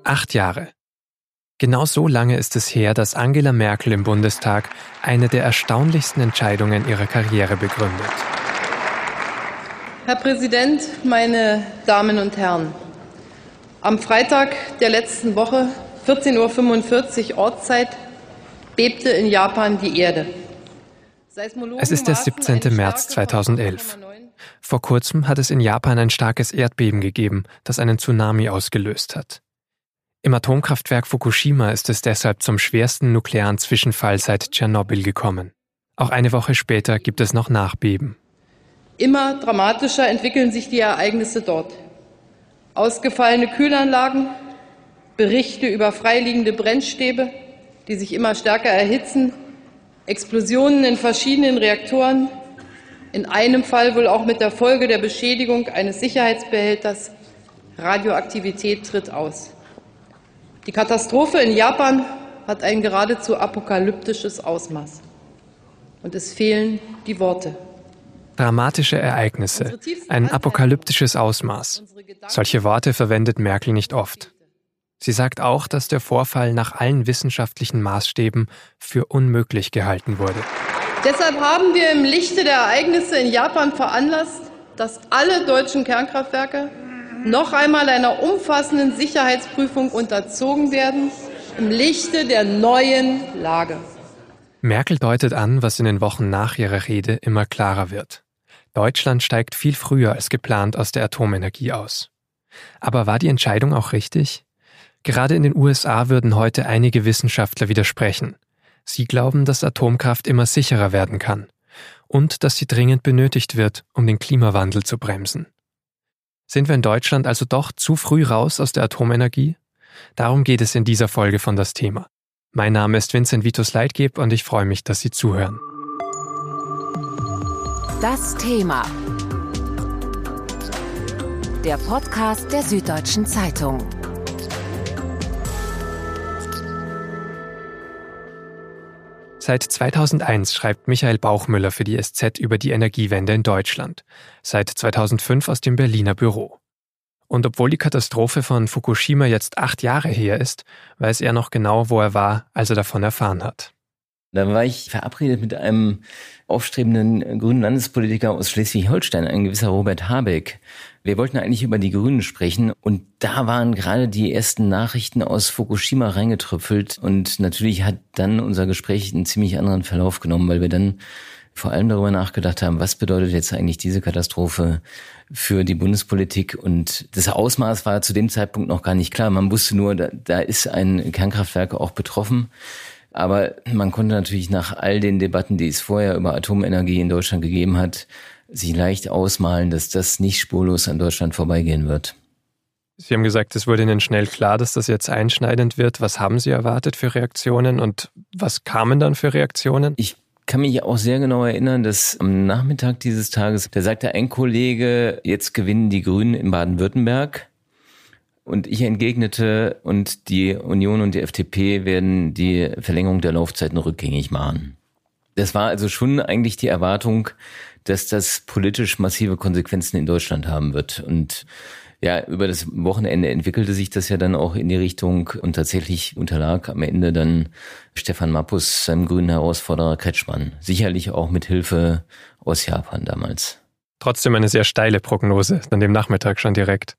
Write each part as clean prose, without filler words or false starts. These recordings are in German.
8 Jahre. Genau so lange ist es her, dass Angela Merkel im Bundestag eine der erstaunlichsten Entscheidungen ihrer Karriere begründet. Herr Präsident, meine Damen und Herren! Am Freitag der letzten Woche, 14:45 Uhr Ortszeit, bebte in Japan die Erde. Es ist der 17. März 2011. Vor kurzem hat es in Japan ein starkes Erdbeben gegeben, das einen Tsunami ausgelöst hat. Im Atomkraftwerk Fukushima ist es deshalb zum schwersten nuklearen Zwischenfall seit Tschernobyl gekommen. Auch eine Woche später gibt es noch Nachbeben. Immer dramatischer entwickeln sich die Ereignisse dort. Ausgefallene Kühlanlagen, Berichte über freiliegende Brennstäbe, die sich immer stärker erhitzen, Explosionen in verschiedenen Reaktoren, in einem Fall wohl auch mit der Folge der Beschädigung eines Sicherheitsbehälters. Radioaktivität tritt aus. Die Katastrophe in Japan hat ein geradezu apokalyptisches Ausmaß. Und es fehlen die Worte. Dramatische Ereignisse, ein apokalyptisches Ausmaß. Solche Worte verwendet Merkel nicht oft. Sie sagt auch, dass der Vorfall nach allen wissenschaftlichen Maßstäben für unmöglich gehalten wurde. Deshalb haben wir im Lichte der Ereignisse in Japan veranlasst, dass alle deutschen Kernkraftwerke noch einmal einer umfassenden Sicherheitsprüfung unterzogen werden, im Lichte der neuen Lage. Merkel deutet an, was in den Wochen nach ihrer Rede immer klarer wird. Deutschland steigt viel früher als geplant aus der Atomenergie aus. Aber war die Entscheidung auch richtig? Gerade in den USA würden heute einige Wissenschaftler widersprechen. Sie glauben, dass Atomkraft immer sicherer werden kann und dass sie dringend benötigt wird, um den Klimawandel zu bremsen. Sind wir in Deutschland also doch zu früh raus aus der Atomenergie? Darum geht es in dieser Folge von Das Thema. Mein Name ist Vincent Vitus Leitgeb und ich freue mich, dass Sie zuhören. Das Thema. Der Podcast der Süddeutschen Zeitung. Seit 2001 schreibt Michael Bauchmüller für die SZ über die Energiewende in Deutschland. Seit 2005 aus dem Berliner Büro. Und obwohl die Katastrophe von Fukushima jetzt 8 Jahre her ist, weiß er noch genau, wo er war, als er davon erfahren hat. Da war ich verabredet mit einem aufstrebenden grünen Landespolitiker aus Schleswig-Holstein, ein gewisser Robert Habeck. Wir wollten eigentlich über die Grünen sprechen und da waren gerade die ersten Nachrichten aus Fukushima reingetröpfelt und natürlich hat dann unser Gespräch einen ziemlich anderen Verlauf genommen, weil wir dann vor allem darüber nachgedacht haben, was bedeutet jetzt eigentlich diese Katastrophe für die Bundespolitik, und das Ausmaß war zu dem Zeitpunkt noch gar nicht klar. Man wusste nur, da ist ein Kernkraftwerk auch betroffen. Aber man konnte natürlich nach all den Debatten, die es vorher über Atomenergie in Deutschland gegeben hat, sich leicht ausmalen, dass das nicht spurlos an Deutschland vorbeigehen wird. Sie haben gesagt, es wurde Ihnen schnell klar, dass das jetzt einschneidend wird. Was haben Sie erwartet für Reaktionen und was kamen dann für Reaktionen? Ich kann mich auch sehr genau erinnern, dass am Nachmittag dieses Tages, da sagte ein Kollege, jetzt gewinnen die Grünen in Baden-Württemberg. Und ich entgegnete, und die Union und die FDP werden die Verlängerung der Laufzeiten rückgängig machen. Das war also schon eigentlich die Erwartung, dass das politisch massive Konsequenzen in Deutschland haben wird. Und ja, über das Wochenende entwickelte sich das ja dann auch in die Richtung, und tatsächlich unterlag am Ende dann Stefan Mappus seinem grünen Herausforderer Kretschmann. Sicherlich auch mit Hilfe aus Japan damals. Trotzdem eine sehr steile Prognose, an dem Nachmittag schon direkt.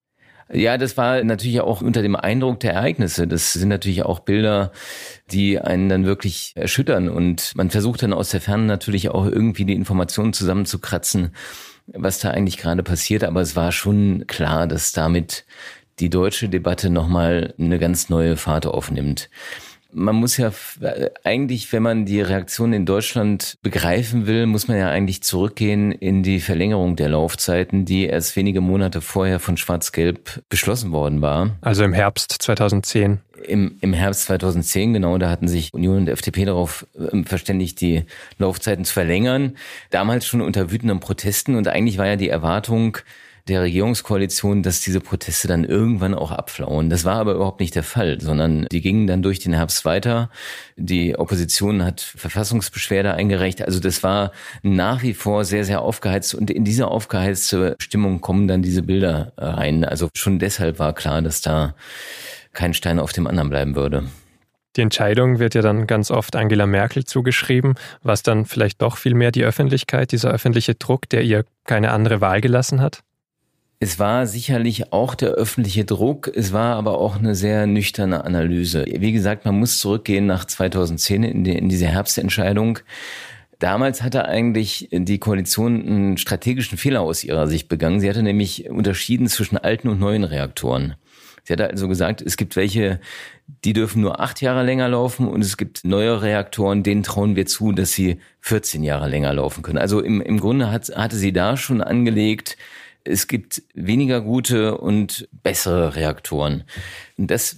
Ja, das war natürlich auch unter dem Eindruck der Ereignisse. Das sind natürlich auch Bilder, die einen dann wirklich erschüttern. Und man versucht dann aus der Ferne natürlich auch irgendwie die Informationen zusammenzukratzen, was da eigentlich gerade passiert. Aber es war schon klar, dass damit die deutsche Debatte nochmal eine ganz neue Fahrt aufnimmt. Man muss ja eigentlich, wenn man die Reaktion in Deutschland begreifen will, muss man ja eigentlich zurückgehen in die Verlängerung der Laufzeiten, die erst wenige Monate vorher von Schwarz-Gelb beschlossen worden war. Also im Herbst 2010. Im Herbst 2010, genau, da hatten sich Union und FDP darauf verständigt, die Laufzeiten zu verlängern. Damals schon unter wütenden Protesten, und eigentlich war ja die Erwartung der Regierungskoalition, dass diese Proteste dann irgendwann auch abflauen. Das war aber überhaupt nicht der Fall, sondern die gingen dann durch den Herbst weiter. Die Opposition hat Verfassungsbeschwerde eingereicht. Also das war nach wie vor sehr, sehr aufgeheizt. Und in diese aufgeheizte Stimmung kommen dann diese Bilder rein. Also schon deshalb war klar, dass da kein Stein auf dem anderen bleiben würde. Die Entscheidung wird ja dann ganz oft Angela Merkel zugeschrieben, was dann vielleicht doch viel mehr die Öffentlichkeit, dieser öffentliche Druck, der ihr keine andere Wahl gelassen hat? Es war sicherlich auch der öffentliche Druck, es war aber auch eine sehr nüchterne Analyse. Wie gesagt, man muss zurückgehen nach 2010 in diese Herbstentscheidung. Damals hatte eigentlich die Koalition einen strategischen Fehler aus ihrer Sicht begangen. Sie hatte nämlich unterschieden zwischen alten und neuen Reaktoren. Sie hatte also gesagt, es gibt welche, die dürfen nur 8 Jahre länger laufen und es gibt neue Reaktoren, denen trauen wir zu, dass sie 14 Jahre länger laufen können. Also im Grunde hatte sie da schon angelegt, es gibt weniger gute und bessere Reaktoren. Und das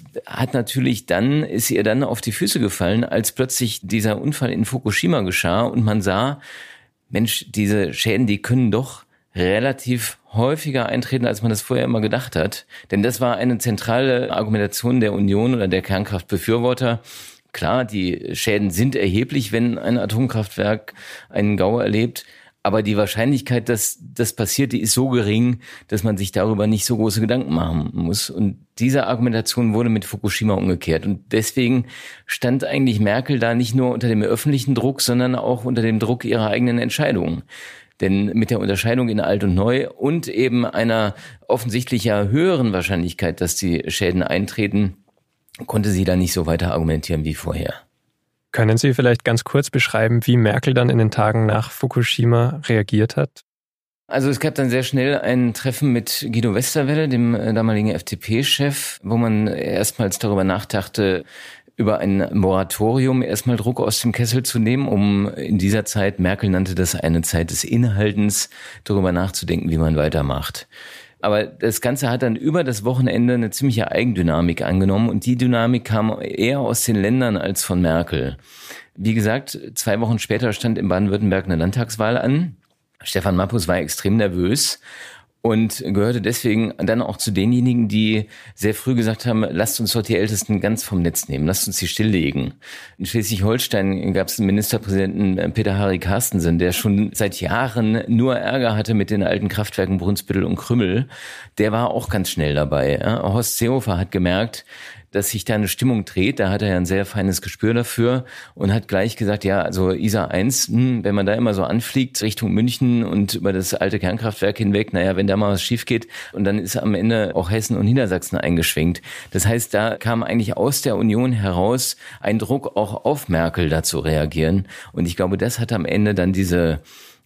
ist ihr dann auf die Füße gefallen, als plötzlich dieser Unfall in Fukushima geschah und man sah, Mensch, diese Schäden, die können doch relativ häufiger eintreten, als man das vorher immer gedacht hat. Denn das war eine zentrale Argumentation der Union oder der Kernkraftbefürworter. Klar, die Schäden sind erheblich, wenn ein Atomkraftwerk einen GAU erlebt. Aber die Wahrscheinlichkeit, dass das passiert, die ist so gering, dass man sich darüber nicht so große Gedanken machen muss. Und diese Argumentation wurde mit Fukushima umgekehrt. Und deswegen stand eigentlich Merkel da nicht nur unter dem öffentlichen Druck, sondern auch unter dem Druck ihrer eigenen Entscheidungen. Denn mit der Unterscheidung in alt und neu und eben einer offensichtlicher höheren Wahrscheinlichkeit, dass die Schäden eintreten, konnte sie da nicht so weiter argumentieren wie vorher. Können Sie vielleicht ganz kurz beschreiben, wie Merkel dann in den Tagen nach Fukushima reagiert hat? Also es gab dann sehr schnell ein Treffen mit Guido Westerwelle, dem damaligen FDP-Chef, wo man erstmals darüber nachdachte, über ein Moratorium erstmal Druck aus dem Kessel zu nehmen, um in dieser Zeit, Merkel nannte das eine Zeit des Innehaltens, darüber nachzudenken, wie man weitermacht. Aber das Ganze hat dann über das Wochenende eine ziemliche Eigendynamik angenommen und die Dynamik kam eher aus den Ländern als von Merkel. Wie gesagt, 2 Wochen später stand in Baden-Württemberg eine Landtagswahl an. Stefan Mappus war extrem nervös und gehörte deswegen dann auch zu denjenigen, die sehr früh gesagt haben, lasst uns doch die Ältesten ganz vom Netz nehmen, lasst uns sie stilllegen. In Schleswig-Holstein gab es einen Ministerpräsidenten, Peter-Harry Carstensen, der schon seit Jahren nur Ärger hatte mit den alten Kraftwerken Brunsbüttel und Krümmel. Der war auch ganz schnell dabei. Horst Seehofer hat gemerkt, dass sich da eine Stimmung dreht, da hat er ja ein sehr feines Gespür dafür und hat gleich gesagt, ja, also Isar 1, wenn man da immer so anfliegt Richtung München und über das alte Kernkraftwerk hinweg, naja, wenn da mal was schief geht und dann ist am Ende auch Hessen und Niedersachsen eingeschwenkt. Das heißt, da kam eigentlich aus der Union heraus ein Druck auch auf Merkel da zu reagieren und ich glaube, das hat am Ende dann diese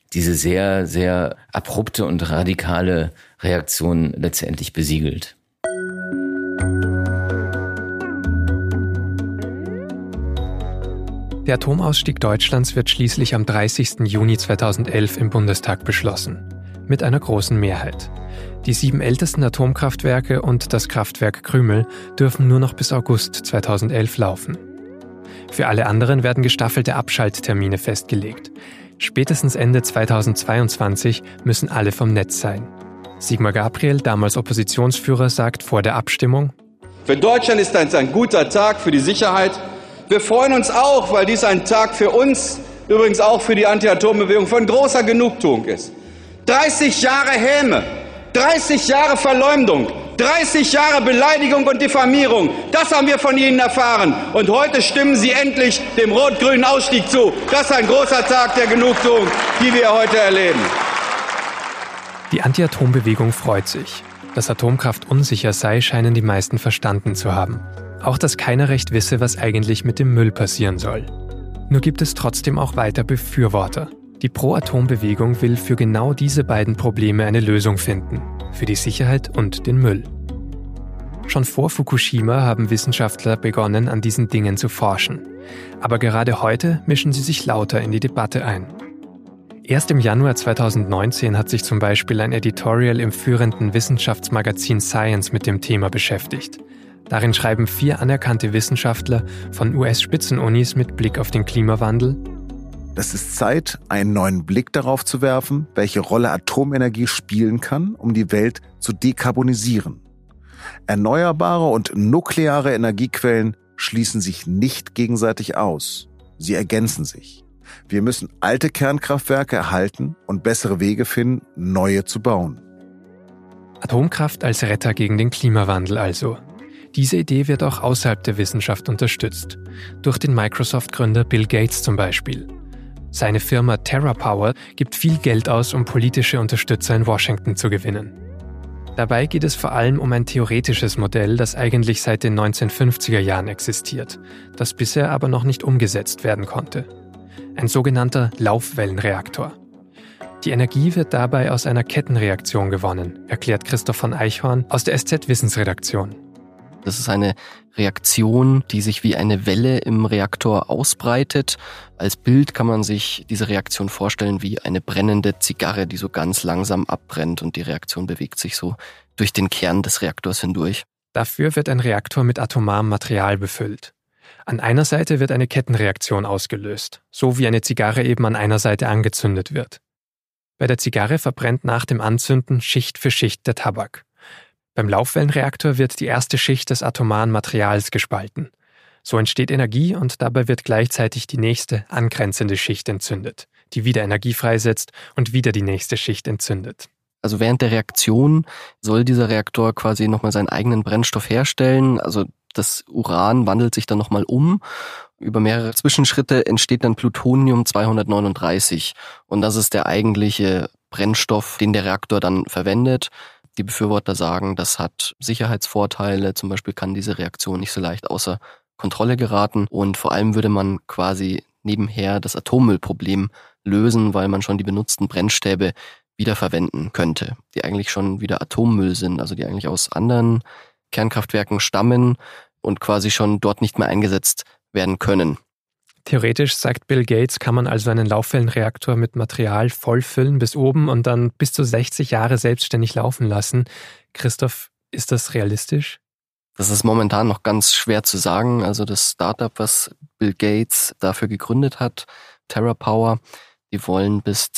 sehr, sehr abrupte und radikale Reaktion letztendlich besiegelt. Der Atomausstieg Deutschlands wird schließlich am 30. Juni 2011 im Bundestag beschlossen. Mit einer großen Mehrheit. Die 7 ältesten Atomkraftwerke und das Kraftwerk Krümel dürfen nur noch bis August 2011 laufen. Für alle anderen werden gestaffelte Abschalttermine festgelegt. Spätestens Ende 2022 müssen alle vom Netz sein. Sigmar Gabriel, damals Oppositionsführer, sagt vor der Abstimmung: Für Deutschland ist das ein guter Tag für die Sicherheit. Wir freuen uns auch, weil dies ein Tag für uns, übrigens auch für die Anti-Atom-Bewegung, von großer Genugtuung ist. 30 Jahre Häme, 30 Jahre Verleumdung, 30 Jahre Beleidigung und Diffamierung, das haben wir von Ihnen erfahren. Und heute stimmen Sie endlich dem rot-grünen Ausstieg zu. Das ist ein großer Tag der Genugtuung, die wir heute erleben. Die Anti-Atom-Bewegung freut sich. Dass Atomkraft unsicher sei, scheinen die meisten verstanden zu haben. Auch, dass keiner recht wisse, was eigentlich mit dem Müll passieren soll. Nur gibt es trotzdem auch weiter Befürworter. Die Pro-Atom-Bewegung will für genau diese beiden Probleme eine Lösung finden. Für die Sicherheit und den Müll. Schon vor Fukushima haben Wissenschaftler begonnen, an diesen Dingen zu forschen. Aber gerade heute mischen sie sich lauter in die Debatte ein. Erst im Januar 2019 hat sich zum Beispiel ein Editorial im führenden Wissenschaftsmagazin Science mit dem Thema beschäftigt. Darin schreiben 4 anerkannte Wissenschaftler von US-Spitzenunis mit Blick auf den Klimawandel: Es ist Zeit, einen neuen Blick darauf zu werfen, welche Rolle Atomenergie spielen kann, um die Welt zu dekarbonisieren. Erneuerbare und nukleare Energiequellen schließen sich nicht gegenseitig aus. Sie ergänzen sich. Wir müssen alte Kernkraftwerke erhalten und bessere Wege finden, neue zu bauen. Atomkraft als Retter gegen den Klimawandel also. Diese Idee wird auch außerhalb der Wissenschaft unterstützt. Durch den Microsoft-Gründer Bill Gates zum Beispiel. Seine Firma TerraPower gibt viel Geld aus, um politische Unterstützer in Washington zu gewinnen. Dabei geht es vor allem um ein theoretisches Modell, das eigentlich seit den 1950er Jahren existiert, das bisher aber noch nicht umgesetzt werden konnte. Ein sogenannter Laufwellenreaktor. Die Energie wird dabei aus einer Kettenreaktion gewonnen, erklärt Christoph von Eichhorn aus der SZ-Wissensredaktion. Das ist eine Reaktion, die sich wie eine Welle im Reaktor ausbreitet. Als Bild kann man sich diese Reaktion vorstellen wie eine brennende Zigarre, die so ganz langsam abbrennt und die Reaktion bewegt sich so durch den Kern des Reaktors hindurch. Dafür wird ein Reaktor mit atomarem Material befüllt. An einer Seite wird eine Kettenreaktion ausgelöst, so wie eine Zigarre eben an einer Seite angezündet wird. Bei der Zigarre verbrennt nach dem Anzünden Schicht für Schicht der Tabak. Beim Laufwellenreaktor wird die erste Schicht des atomaren Materials gespalten. So entsteht Energie und dabei wird gleichzeitig die nächste, angrenzende Schicht entzündet, die wieder Energie freisetzt und wieder die nächste Schicht entzündet. Also während der Reaktion soll dieser Reaktor quasi nochmal seinen eigenen Brennstoff herstellen. Also das Uran wandelt sich dann nochmal um. Über mehrere Zwischenschritte entsteht dann Plutonium 239. Und das ist der eigentliche Brennstoff, den der Reaktor dann verwendet. Die Befürworter sagen, das hat Sicherheitsvorteile. Zum Beispiel kann diese Reaktion nicht so leicht außer Kontrolle geraten. Und vor allem würde man quasi nebenher das Atommüllproblem lösen, weil man schon die benutzten Brennstäbe wiederverwenden könnte, die eigentlich schon wieder Atommüll sind, also die eigentlich aus anderen Kernkraftwerken stammen und quasi schon dort nicht mehr eingesetzt werden können. Theoretisch, sagt Bill Gates, kann man also einen Laufwellenreaktor mit Material vollfüllen bis oben und dann bis zu 60 Jahre selbstständig laufen lassen. Christoph, ist das realistisch? Das ist momentan noch ganz schwer zu sagen. Also das Startup, was Bill Gates dafür gegründet hat, TerraPower, die wollen bis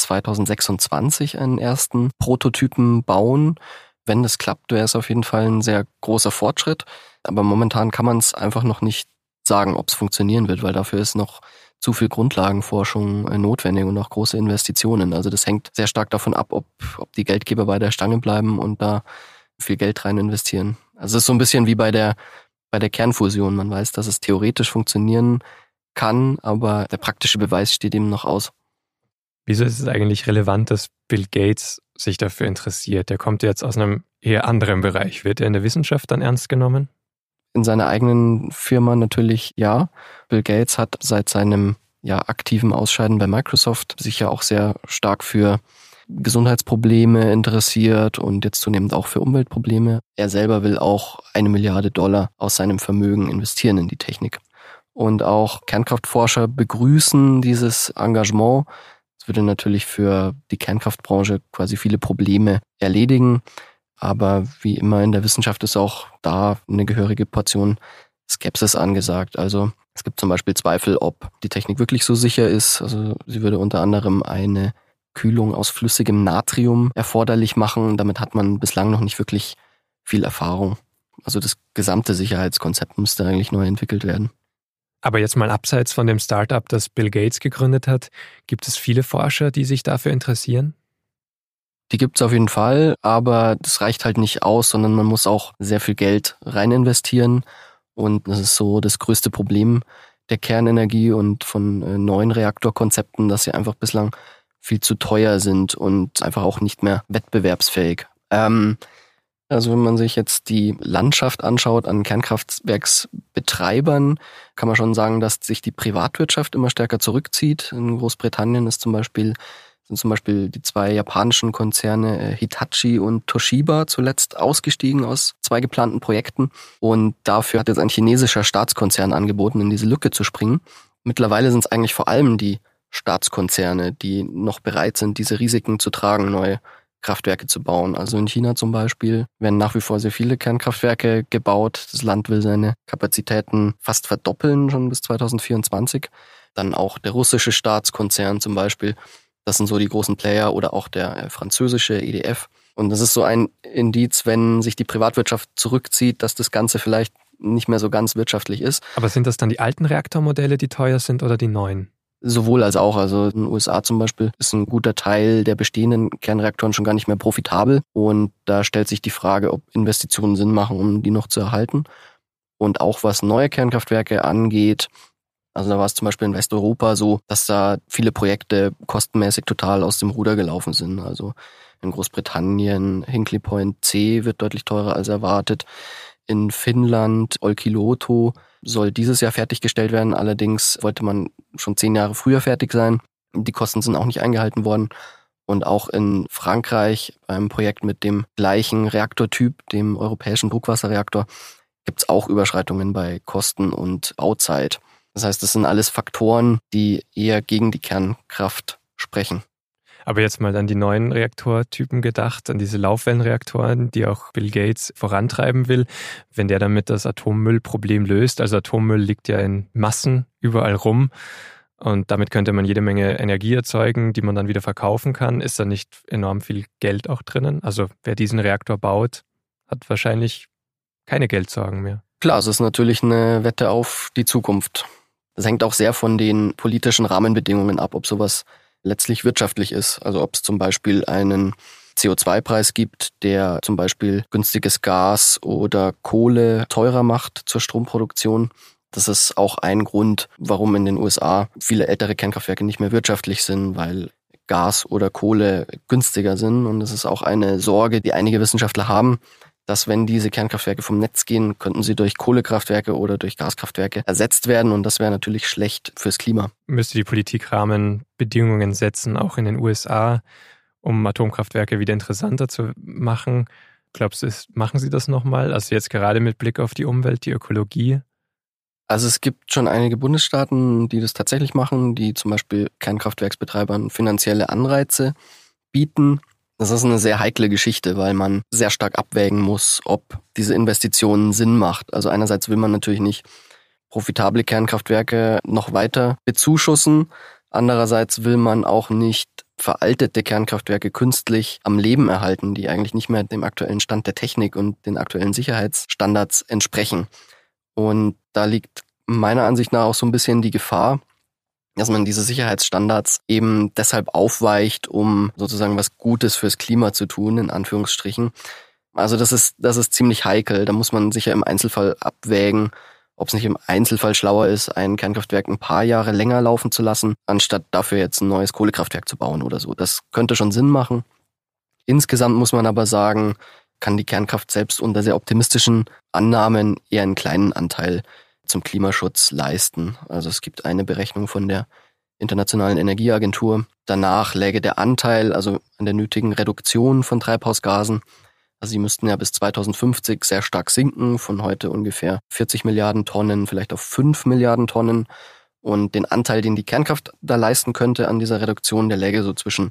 2026 einen ersten Prototypen bauen. Wenn das klappt, wäre es auf jeden Fall ein sehr großer Fortschritt. Aber momentan kann man es einfach noch nicht sagen, ob es funktionieren wird, weil dafür ist noch zu viel Grundlagenforschung notwendig und auch große Investitionen. Also das hängt sehr stark davon ab, ob die Geldgeber bei der Stange bleiben und da viel Geld rein investieren. Also es ist so ein bisschen wie bei der Kernfusion. Man weiß, dass es theoretisch funktionieren kann, aber der praktische Beweis steht eben noch aus. Wieso ist es eigentlich relevant, dass Bill Gates sich dafür interessiert? Der kommt jetzt aus einem eher anderen Bereich. Wird er in der Wissenschaft dann ernst genommen? In seiner eigenen Firma natürlich ja. Bill Gates hat seit seinem aktiven Ausscheiden bei Microsoft sich ja auch sehr stark für Gesundheitsprobleme interessiert und jetzt zunehmend auch für Umweltprobleme. Er selber will auch $1 Milliarde aus seinem Vermögen investieren in die Technik. Und auch Kernkraftforscher begrüßen dieses Engagement. Es würde natürlich für die Kernkraftbranche quasi viele Probleme erledigen. Aber wie immer in der Wissenschaft ist auch da eine gehörige Portion Skepsis angesagt. Also es gibt zum Beispiel Zweifel, ob die Technik wirklich so sicher ist. Also sie würde unter anderem eine Kühlung aus flüssigem Natrium erforderlich machen. Damit hat man bislang noch nicht wirklich viel Erfahrung. Also das gesamte Sicherheitskonzept müsste eigentlich neu entwickelt werden. Aber jetzt mal abseits von dem Startup, das Bill Gates gegründet hat, gibt es viele Forscher, die sich dafür interessieren? Die gibt es auf jeden Fall, aber das reicht halt nicht aus, sondern man muss auch sehr viel Geld rein investieren. Und das ist so das größte Problem der Kernenergie und von neuen Reaktorkonzepten, dass sie einfach bislang viel zu teuer sind und einfach auch nicht mehr wettbewerbsfähig. Also wenn man sich jetzt die Landschaft anschaut an Kernkraftwerksbetreibern, kann man schon sagen, dass sich die Privatwirtschaft immer stärker zurückzieht. In Großbritannien sind zum Beispiel die 2 japanischen Konzerne Hitachi und Toshiba zuletzt ausgestiegen aus 2 geplanten Projekten. Und dafür hat jetzt ein chinesischer Staatskonzern angeboten, in diese Lücke zu springen. Mittlerweile sind es eigentlich vor allem die Staatskonzerne, die noch bereit sind, diese Risiken zu tragen, neue Kraftwerke zu bauen. Also in China zum Beispiel werden nach wie vor sehr viele Kernkraftwerke gebaut. Das Land will seine Kapazitäten fast verdoppeln, schon bis 2024. Dann auch der russische Staatskonzern zum Beispiel. Das sind so die großen Player oder auch der französische EDF. Und das ist so ein Indiz, wenn sich die Privatwirtschaft zurückzieht, dass das Ganze vielleicht nicht mehr so ganz wirtschaftlich ist. Aber sind das dann die alten Reaktormodelle, die teuer sind, oder die neuen? Sowohl als auch. Also in den USA zum Beispiel ist ein guter Teil der bestehenden Kernreaktoren schon gar nicht mehr profitabel. Und da stellt sich die Frage, ob Investitionen Sinn machen, um die noch zu erhalten. Und auch was neue Kernkraftwerke angeht, also da war es zum Beispiel in Westeuropa so, dass da viele Projekte kostenmäßig total aus dem Ruder gelaufen sind. Also in Großbritannien, Hinkley Point C wird deutlich teurer als erwartet. In Finnland, Olkiluoto soll dieses Jahr fertiggestellt werden. Allerdings wollte man schon 10 Jahre früher fertig sein. Die Kosten sind auch nicht eingehalten worden. Und auch in Frankreich, beim Projekt mit dem gleichen Reaktortyp, dem europäischen Druckwasserreaktor, gibt es auch Überschreitungen bei Kosten und Bauzeit. Das heißt, das sind alles Faktoren, die eher gegen die Kernkraft sprechen. Aber jetzt mal an die neuen Reaktortypen gedacht, an diese Laufwellenreaktoren, die auch Bill Gates vorantreiben will. Wenn der damit das Atommüllproblem löst, also Atommüll liegt ja in Massen überall rum und damit könnte man jede Menge Energie erzeugen, die man dann wieder verkaufen kann. Ist da nicht enorm viel Geld auch drinnen? Also wer diesen Reaktor baut, hat wahrscheinlich keine Geldsorgen mehr. Klar, es ist natürlich eine Wette auf die Zukunft. Das hängt auch sehr von den politischen Rahmenbedingungen ab, ob sowas letztlich wirtschaftlich ist. Also ob es zum Beispiel einen CO2-Preis gibt, der zum Beispiel günstiges Gas oder Kohle teurer macht zur Stromproduktion. Das ist auch ein Grund, warum in den USA viele ältere Kernkraftwerke nicht mehr wirtschaftlich sind, weil Gas oder Kohle günstiger sind. Und das ist auch eine Sorge, die einige Wissenschaftler haben, dass wenn diese Kernkraftwerke vom Netz gehen, könnten sie durch Kohlekraftwerke oder durch Gaskraftwerke ersetzt werden und das wäre natürlich schlecht fürs Klima. Müsste die Politik Rahmenbedingungen setzen, auch in den USA, um Atomkraftwerke wieder interessanter zu machen? Glaubst du, machen sie das nochmal? Also jetzt gerade mit Blick auf die Umwelt, die Ökologie? Also es gibt schon einige Bundesstaaten, die das tatsächlich machen, die zum Beispiel Kernkraftwerksbetreibern finanzielle Anreize bieten. Das ist eine sehr heikle Geschichte, weil man sehr stark abwägen muss, ob diese Investitionen Sinn macht. Also einerseits will man natürlich nicht profitable Kernkraftwerke noch weiter bezuschussen. Andererseits will man auch nicht veraltete Kernkraftwerke künstlich am Leben erhalten, die eigentlich nicht mehr dem aktuellen Stand der Technik und den aktuellen Sicherheitsstandards entsprechen. Und da liegt meiner Ansicht nach auch so ein bisschen die Gefahr, dass man diese Sicherheitsstandards eben deshalb aufweicht, um sozusagen was Gutes fürs Klima zu tun, in Anführungsstrichen. Also das ist ziemlich heikel. Da muss man sicher im Einzelfall abwägen, ob es nicht im Einzelfall schlauer ist, ein Kernkraftwerk ein paar Jahre länger laufen zu lassen, anstatt dafür jetzt ein neues Kohlekraftwerk zu bauen oder so. Das könnte schon Sinn machen. Insgesamt muss man aber sagen, kann die Kernkraft selbst unter sehr optimistischen Annahmen eher einen kleinen Anteil zum Klimaschutz leisten. Also es gibt eine Berechnung von der Internationalen Energieagentur. Danach läge der Anteil, also an der nötigen Reduktion von Treibhausgasen, also sie müssten ja bis 2050 sehr stark sinken, von heute ungefähr 40 Milliarden Tonnen, vielleicht auf 5 Milliarden Tonnen. Und den Anteil, den die Kernkraft da leisten könnte an dieser Reduktion, der läge so zwischen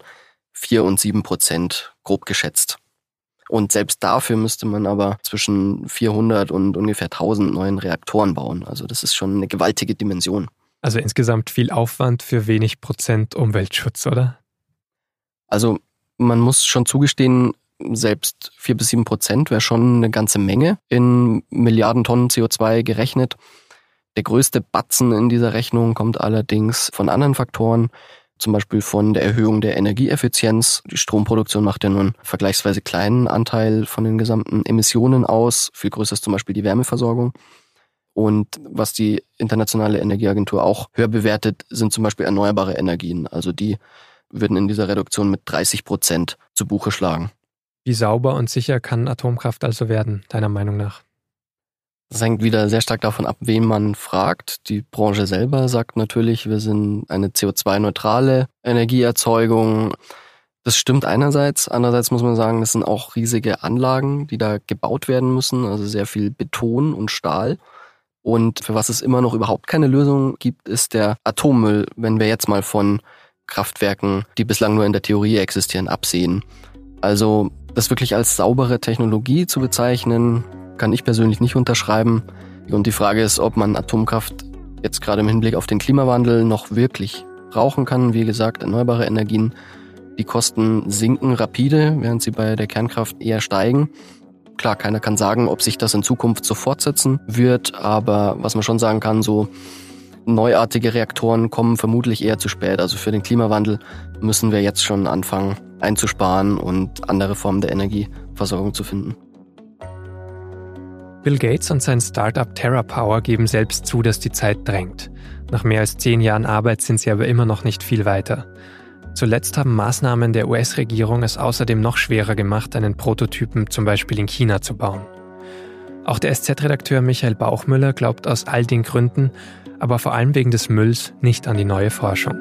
4 und 7%, grob geschätzt. Und selbst dafür müsste man aber zwischen 400 und ungefähr 1000 neuen Reaktoren bauen. Also das ist schon eine gewaltige Dimension. Also insgesamt viel Aufwand für wenig Prozent Umweltschutz, oder? Also man muss schon zugestehen, selbst 4 bis 7% wäre schon eine ganze Menge in Milliarden Tonnen CO2 gerechnet. Der größte Batzen in dieser Rechnung kommt allerdings von anderen Faktoren. Zum Beispiel von der Erhöhung der Energieeffizienz. Die Stromproduktion macht ja nur einen vergleichsweise kleinen Anteil von den gesamten Emissionen aus. Viel größer ist zum Beispiel die Wärmeversorgung. Und was die Internationale Energieagentur auch höher bewertet, sind zum Beispiel erneuerbare Energien. Also die würden in dieser Reduktion mit 30% zu Buche schlagen. Wie sauber und sicher kann Atomkraft also werden, deiner Meinung nach? Das hängt wieder sehr stark davon ab, wen man fragt. Die Branche selber sagt natürlich, wir sind eine CO2-neutrale Energieerzeugung. Das stimmt einerseits. Andererseits muss man sagen, das sind auch riesige Anlagen, die da gebaut werden müssen. Also sehr viel Beton und Stahl. Und für was es immer noch überhaupt keine Lösung gibt, ist der Atommüll, wenn wir jetzt mal von Kraftwerken, die bislang nur in der Theorie existieren, absehen. Also das wirklich als saubere Technologie zu bezeichnen, kann ich persönlich nicht unterschreiben. Und die Frage ist, ob man Atomkraft jetzt gerade im Hinblick auf den Klimawandel noch wirklich brauchen kann. Wie gesagt, erneuerbare Energien, die Kosten sinken rapide, während sie bei der Kernkraft eher steigen. Klar, keiner kann sagen, ob sich das in Zukunft so fortsetzen wird, aber was man schon sagen kann, so neuartige Reaktoren kommen vermutlich eher zu spät. Also für den Klimawandel müssen wir jetzt schon anfangen einzusparen und andere Formen der Energieversorgung zu finden. Bill Gates und sein Startup TerraPower geben selbst zu, dass die Zeit drängt. Nach mehr als 10 Jahren Arbeit sind sie aber immer noch nicht viel weiter. Zuletzt haben Maßnahmen der US-Regierung es außerdem noch schwerer gemacht, einen Prototypen zum Beispiel in China zu bauen. Auch der SZ-Redakteur Michael Bauchmüller glaubt aus all den Gründen, aber vor allem wegen des Mülls, nicht an die neue Forschung.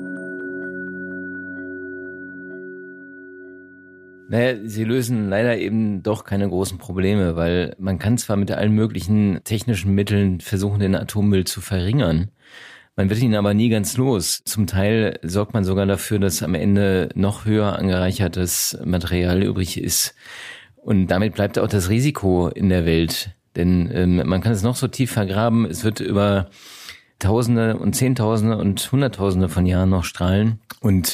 Naja, sie lösen leider eben doch keine großen Probleme, weil man kann zwar mit allen möglichen technischen Mitteln versuchen, den Atommüll zu verringern, man wird ihn aber nie ganz los. Zum Teil sorgt man sogar dafür, dass am Ende noch höher angereichertes Material übrig ist. Und damit bleibt auch das Risiko in der Welt. Denn man kann es noch so tief vergraben, es wird über Tausende und Zehntausende und Hunderttausende von Jahren noch strahlen. Und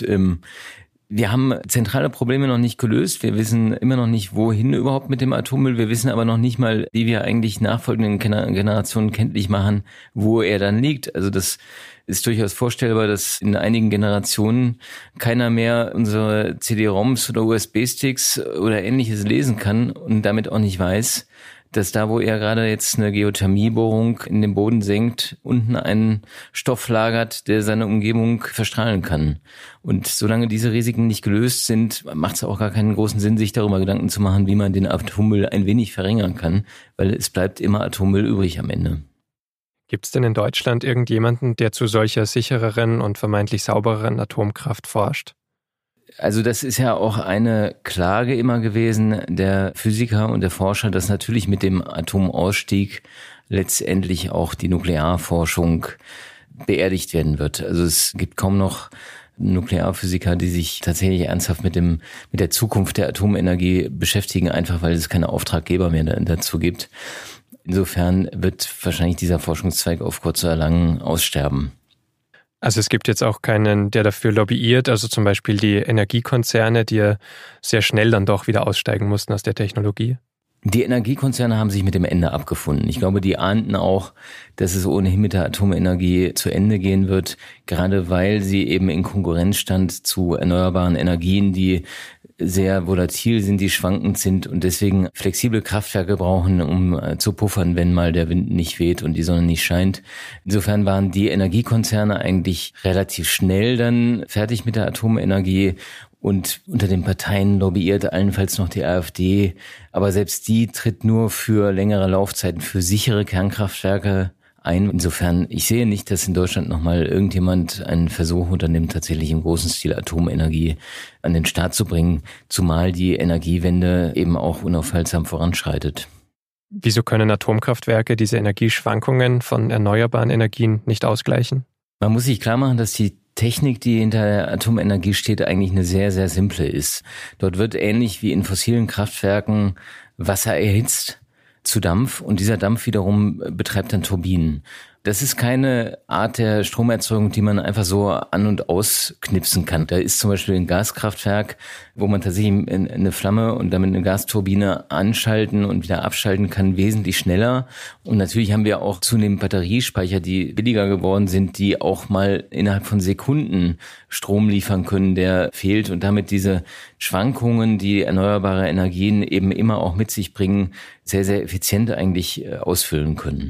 wir haben zentrale Probleme noch nicht gelöst. Wir wissen immer noch nicht, wohin überhaupt mit dem Atommüll. Wir wissen aber noch nicht mal, wie wir eigentlich nachfolgenden Generationen kenntlich machen, wo er dann liegt. Also das ist durchaus vorstellbar, dass in einigen Generationen keiner mehr unsere CD-ROMs oder USB-Sticks oder Ähnliches lesen kann und damit auch nicht weiß, dass da, wo er gerade jetzt eine Geothermiebohrung in den Boden senkt, unten einen Stoff lagert, der seine Umgebung verstrahlen kann. Und solange diese Risiken nicht gelöst sind, macht es auch gar keinen großen Sinn, sich darüber Gedanken zu machen, wie man den Atommüll ein wenig verringern kann, weil es bleibt immer Atommüll übrig am Ende. Gibt es denn in Deutschland irgendjemanden, der zu solcher sichereren und vermeintlich saubereren Atomkraft forscht? Also das ist ja auch eine Klage immer gewesen der Physiker und der Forscher, dass natürlich mit dem Atomausstieg letztendlich auch die Nuklearforschung beerdigt werden wird. Also es gibt kaum noch Nuklearphysiker, die sich tatsächlich ernsthaft mit der Zukunft der Atomenergie beschäftigen, einfach weil es keine Auftraggeber mehr dazu gibt. Insofern wird wahrscheinlich dieser Forschungszweig auf kurz oder lang aussterben. Also es gibt jetzt auch keinen, der dafür lobbyiert, also zum Beispiel die Energiekonzerne, die ja sehr schnell dann doch wieder aussteigen mussten aus der Technologie? Die Energiekonzerne haben sich mit dem Ende abgefunden. Ich glaube, die ahnten auch, dass es ohnehin mit der Atomenergie zu Ende gehen wird, gerade weil sie eben in Konkurrenz stand zu erneuerbaren Energien, die sehr volatil sind, die schwankend sind und deswegen flexible Kraftwerke brauchen, um zu puffern, wenn mal der Wind nicht weht und die Sonne nicht scheint. Insofern waren die Energiekonzerne eigentlich relativ schnell dann fertig mit der Atomenergie und unter den Parteien lobbyiert allenfalls noch die AfD. Aber selbst die tritt nur für längere Laufzeiten, für sichere Kernkraftwerke ein. Insofern, ich sehe nicht, dass in Deutschland nochmal irgendjemand einen Versuch unternimmt, tatsächlich im großen Stil Atomenergie an den Start zu bringen, zumal die Energiewende eben auch unaufhaltsam voranschreitet. Wieso können Atomkraftwerke diese Energieschwankungen von erneuerbaren Energien nicht ausgleichen? Man muss sich klar machen, dass die Technik, die hinter der Atomenergie steht, eigentlich eine sehr, sehr simple ist. Dort wird ähnlich wie in fossilen Kraftwerken Wasser erhitzt zu Dampf und dieser Dampf wiederum betreibt dann Turbinen. Das ist keine Art der Stromerzeugung, die man einfach so an- und ausknipsen kann. Da ist zum Beispiel ein Gaskraftwerk, wo man tatsächlich eine Flamme und damit eine Gasturbine anschalten und wieder abschalten kann, wesentlich schneller. Und natürlich haben wir auch zunehmend Batteriespeicher, die billiger geworden sind, die auch mal innerhalb von Sekunden Strom liefern können, der fehlt und damit diese Schwankungen, die erneuerbare Energien eben immer auch mit sich bringen, sehr, sehr effizient eigentlich ausfüllen können.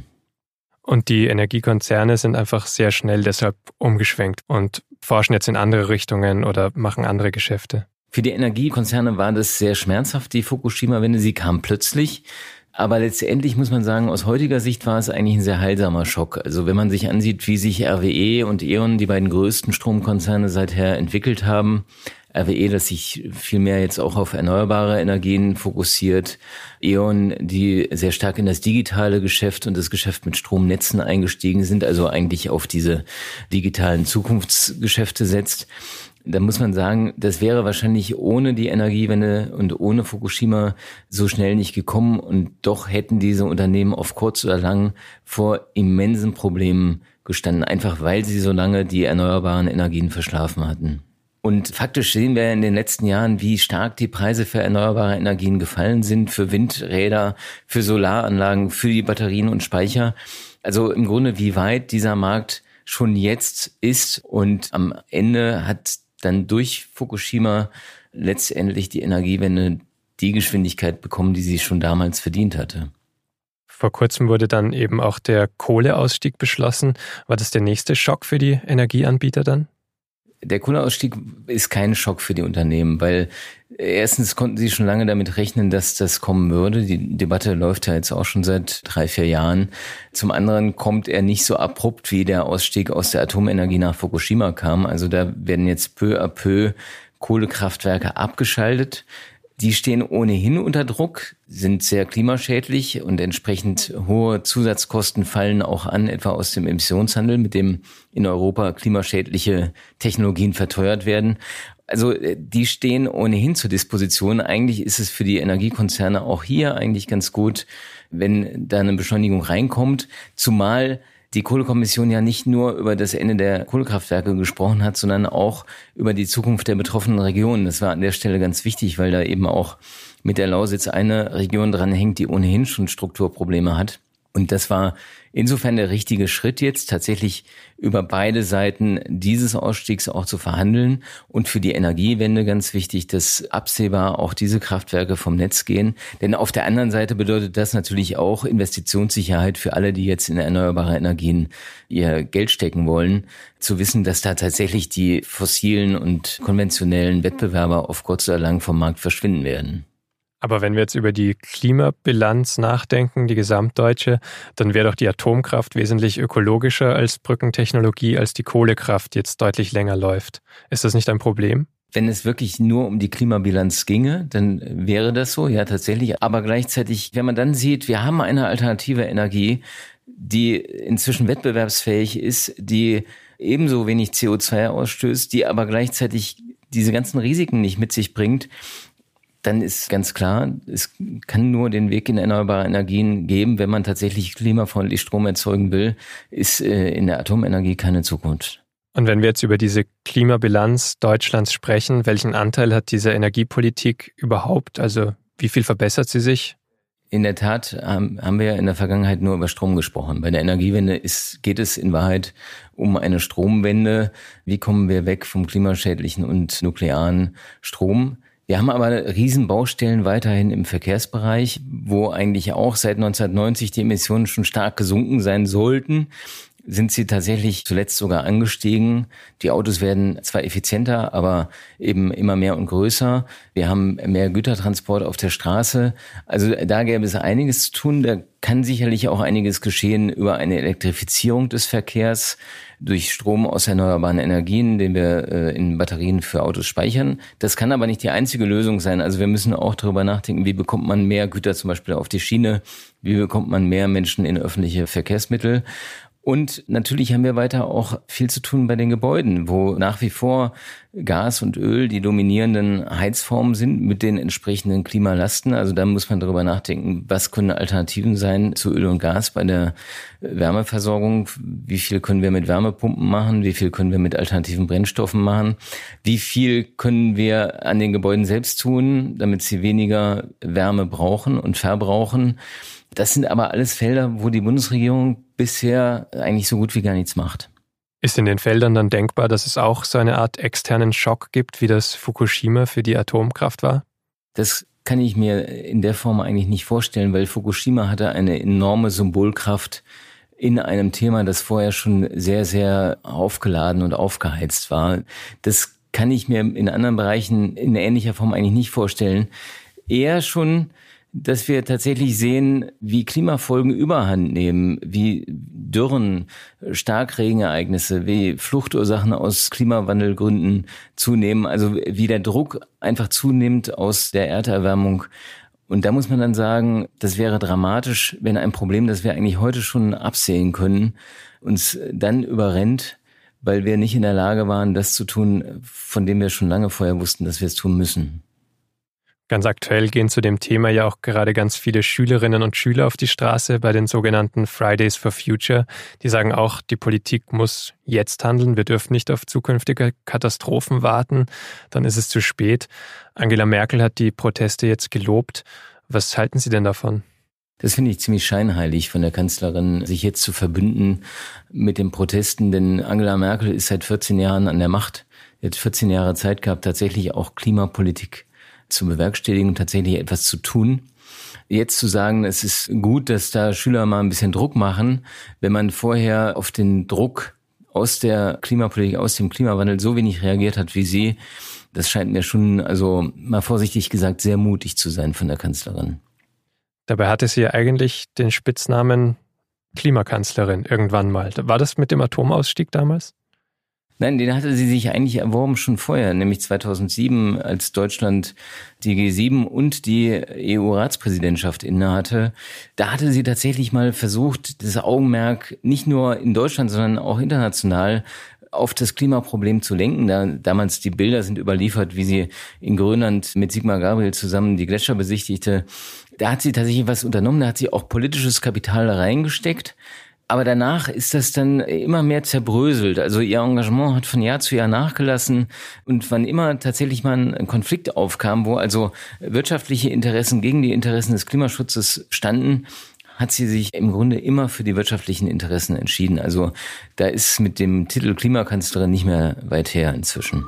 Und die Energiekonzerne sind einfach sehr schnell deshalb umgeschwenkt und forschen jetzt in andere Richtungen oder machen andere Geschäfte. Für die Energiekonzerne war das sehr schmerzhaft, die Fukushima-Wende. Sie kam plötzlich. Aber letztendlich muss man sagen, aus heutiger Sicht war es eigentlich ein sehr heilsamer Schock. Also wenn man sich ansieht, wie sich RWE und E.ON, die beiden größten Stromkonzerne, seither entwickelt haben, RWE, das sich viel mehr jetzt auch auf erneuerbare Energien fokussiert. E.ON, die sehr stark in das digitale Geschäft und das Geschäft mit Stromnetzen eingestiegen sind, also eigentlich auf diese digitalen Zukunftsgeschäfte setzt. Da muss man sagen, das wäre wahrscheinlich ohne die Energiewende und ohne Fukushima so schnell nicht gekommen. Und doch hätten diese Unternehmen auf kurz oder lang vor immensen Problemen gestanden, einfach weil sie so lange die erneuerbaren Energien verschlafen hatten. Und faktisch sehen wir in den letzten Jahren, wie stark die Preise für erneuerbare Energien gefallen sind, für Windräder, für Solaranlagen, für die Batterien und Speicher. Also im Grunde, wie weit dieser Markt schon jetzt ist. Und am Ende hat dann durch Fukushima letztendlich die Energiewende die Geschwindigkeit bekommen, die sie schon damals verdient hatte. Vor kurzem wurde dann eben auch der Kohleausstieg beschlossen. War das der nächste Schock für die Energieanbieter dann? Der Kohleausstieg ist kein Schock für die Unternehmen, weil erstens konnten sie schon lange damit rechnen, dass das kommen würde. Die Debatte läuft ja jetzt auch schon seit 3-4 Jahren. Zum anderen kommt er nicht so abrupt, wie der Ausstieg aus der Atomenergie nach Fukushima kam. Also da werden jetzt peu à peu Kohlekraftwerke abgeschaltet. Die stehen ohnehin unter Druck, sind sehr klimaschädlich und entsprechend hohe Zusatzkosten fallen auch an, etwa aus dem Emissionshandel, mit dem in Europa klimaschädliche Technologien verteuert werden. Also die stehen ohnehin zur Disposition. Eigentlich ist es für die Energiekonzerne auch hier eigentlich ganz gut, wenn da eine Beschleunigung reinkommt, zumal die Kohlekommission ja nicht nur über das Ende der Kohlekraftwerke gesprochen hat, sondern auch über die Zukunft der betroffenen Regionen. Das war an der Stelle ganz wichtig, weil da eben auch mit der Lausitz eine Region dran hängt, die ohnehin schon Strukturprobleme hat. Und das war insofern der richtige Schritt jetzt, tatsächlich über beide Seiten dieses Ausstiegs auch zu verhandeln. Und für die Energiewende ganz wichtig, dass absehbar auch diese Kraftwerke vom Netz gehen. Denn auf der anderen Seite bedeutet das natürlich auch Investitionssicherheit für alle, die jetzt in erneuerbare Energien ihr Geld stecken wollen. Zu wissen, dass da tatsächlich die fossilen und konventionellen Wettbewerber auf kurz oder lang vom Markt verschwinden werden. Aber wenn wir jetzt über die Klimabilanz nachdenken, die gesamtdeutsche, dann wäre doch die Atomkraft wesentlich ökologischer als Brückentechnologie, als die Kohlekraft jetzt deutlich länger läuft. Ist das nicht ein Problem? Wenn es wirklich nur um die Klimabilanz ginge, dann wäre das so, ja tatsächlich. Aber gleichzeitig, wenn man dann sieht, wir haben eine alternative Energie, die inzwischen wettbewerbsfähig ist, die ebenso wenig CO2 ausstößt, die aber gleichzeitig diese ganzen Risiken nicht mit sich bringt, dann ist ganz klar, es kann nur den Weg in erneuerbare Energien geben, wenn man tatsächlich klimafreundlich Strom erzeugen will, ist in der Atomenergie keine Zukunft. Und wenn wir jetzt über diese Klimabilanz Deutschlands sprechen, welchen Anteil hat diese Energiepolitik überhaupt? Also wie viel verbessert sie sich? In der Tat haben wir ja in der Vergangenheit nur über Strom gesprochen. Bei der Energiewende geht es in Wahrheit um eine Stromwende. Wie kommen wir weg vom klimaschädlichen und nuklearen Strom? Wir haben aber Riesenbaustellen weiterhin im Verkehrsbereich, wo eigentlich auch seit 1990 die Emissionen schon stark gesunken sein sollten. Sind sie tatsächlich zuletzt sogar angestiegen. Die Autos werden zwar effizienter, aber eben immer mehr und größer. Wir haben mehr Gütertransport auf der Straße. Also da gäbe es einiges zu tun. Da kann sicherlich auch einiges geschehen über eine Elektrifizierung des Verkehrs durch Strom aus erneuerbaren Energien, den wir in Batterien für Autos speichern. Das kann aber nicht die einzige Lösung sein. Also wir müssen auch darüber nachdenken, wie bekommt man mehr Güter zum Beispiel auf die Schiene? Wie bekommt man mehr Menschen in öffentliche Verkehrsmittel? Und natürlich haben wir weiter auch viel zu tun bei den Gebäuden, wo nach wie vor Gas und Öl die dominierenden Heizformen sind mit den entsprechenden Klimalasten. Also da muss man darüber nachdenken, was können Alternativen sein zu Öl und Gas bei der Wärmeversorgung? Wie viel können wir mit Wärmepumpen machen? Wie viel können wir mit alternativen Brennstoffen machen? Wie viel können wir an den Gebäuden selbst tun, damit sie weniger Wärme brauchen und verbrauchen? Das sind aber alles Felder, wo die Bundesregierung bisher eigentlich so gut wie gar nichts macht. Ist in den Feldern dann denkbar, dass es auch so eine Art externen Schock gibt, wie das Fukushima für die Atomkraft war? Das kann ich mir in der Form eigentlich nicht vorstellen, weil Fukushima hatte eine enorme Symbolkraft in einem Thema, das vorher schon sehr, sehr aufgeladen und aufgeheizt war. Das kann ich mir in anderen Bereichen in ähnlicher Form eigentlich nicht vorstellen. Eher schon, dass wir tatsächlich sehen, wie Klimafolgen überhand nehmen, wie Dürren, Starkregenereignisse, wie Fluchtursachen aus Klimawandelgründen zunehmen, also wie der Druck einfach zunimmt aus der Erderwärmung. Und da muss man dann sagen, das wäre dramatisch, wenn ein Problem, das wir eigentlich heute schon absehen können, uns dann überrennt, weil wir nicht in der Lage waren, das zu tun, von dem wir schon lange vorher wussten, dass wir es tun müssen. Ganz aktuell gehen zu dem Thema ja auch gerade ganz viele Schülerinnen und Schüler auf die Straße bei den sogenannten Fridays for Future. Die sagen auch, die Politik muss jetzt handeln. Wir dürfen nicht auf zukünftige Katastrophen warten. Dann ist es zu spät. Angela Merkel hat die Proteste jetzt gelobt. Was halten Sie denn davon? Das finde ich ziemlich scheinheilig von der Kanzlerin, sich jetzt zu verbünden mit den Protesten. Denn Angela Merkel ist seit 14 Jahren an der Macht. Sie hat 14 Jahre Zeit gehabt, tatsächlich auch Klimapolitik zu bewerkstelligen und tatsächlich etwas zu tun. Jetzt zu sagen, es ist gut, dass da Schüler mal ein bisschen Druck machen, wenn man vorher auf den Druck aus der Klimapolitik, aus dem Klimawandel so wenig reagiert hat wie sie, das scheint mir schon, also mal vorsichtig gesagt, sehr mutig zu sein von der Kanzlerin. Dabei hatte sie ja eigentlich den Spitznamen Klimakanzlerin irgendwann mal. War das mit dem Atomausstieg damals? Nein, den hatte sie sich eigentlich erworben schon vorher, nämlich 2007, als Deutschland die G7 und die EU-Ratspräsidentschaft innehatte. Da hatte sie tatsächlich mal versucht, das Augenmerk nicht nur in Deutschland, sondern auch international auf das Klimaproblem zu lenken. Damals die Bilder sind überliefert, wie sie in Grönland mit Sigmar Gabriel zusammen die Gletscher besichtigte. Da hat sie tatsächlich was unternommen, da hat sie auch politisches Kapital reingesteckt. Aber danach ist das dann immer mehr zerbröselt. Also ihr Engagement hat von Jahr zu Jahr nachgelassen. Und wann immer tatsächlich mal ein Konflikt aufkam, wo also wirtschaftliche Interessen gegen die Interessen des Klimaschutzes standen, hat sie sich im Grunde immer für die wirtschaftlichen Interessen entschieden. Also da ist mit dem Titel Klimakanzlerin nicht mehr weit her inzwischen.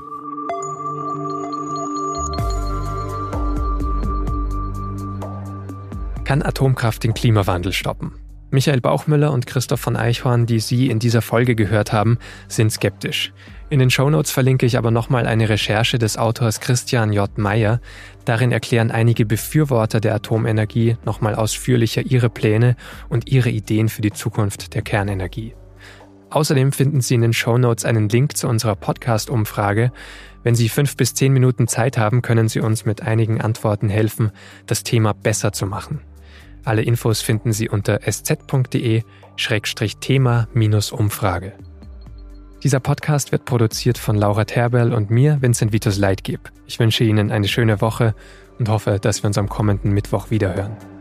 Kann Atomkraft den Klimawandel stoppen? Michael Bauchmüller und Christoph von Eichhorn, die Sie in dieser Folge gehört haben, sind skeptisch. In den Shownotes verlinke ich aber nochmal eine Recherche des Autors Christian J. Meyer. Darin erklären einige Befürworter der Atomenergie nochmal ausführlicher ihre Pläne und ihre Ideen für die Zukunft der Kernenergie. Außerdem finden Sie in den Shownotes einen Link zu unserer Podcast-Umfrage. Wenn Sie 5 bis 10 Minuten Zeit haben, können Sie uns mit einigen Antworten helfen, das Thema besser zu machen. Alle Infos finden Sie unter sz.de/Thema-Umfrage. Dieser Podcast wird produziert von Laura Terberl und mir, Vincent Vitus Leitgeb. Ich wünsche Ihnen eine schöne Woche und hoffe, dass wir uns am kommenden Mittwoch wiederhören.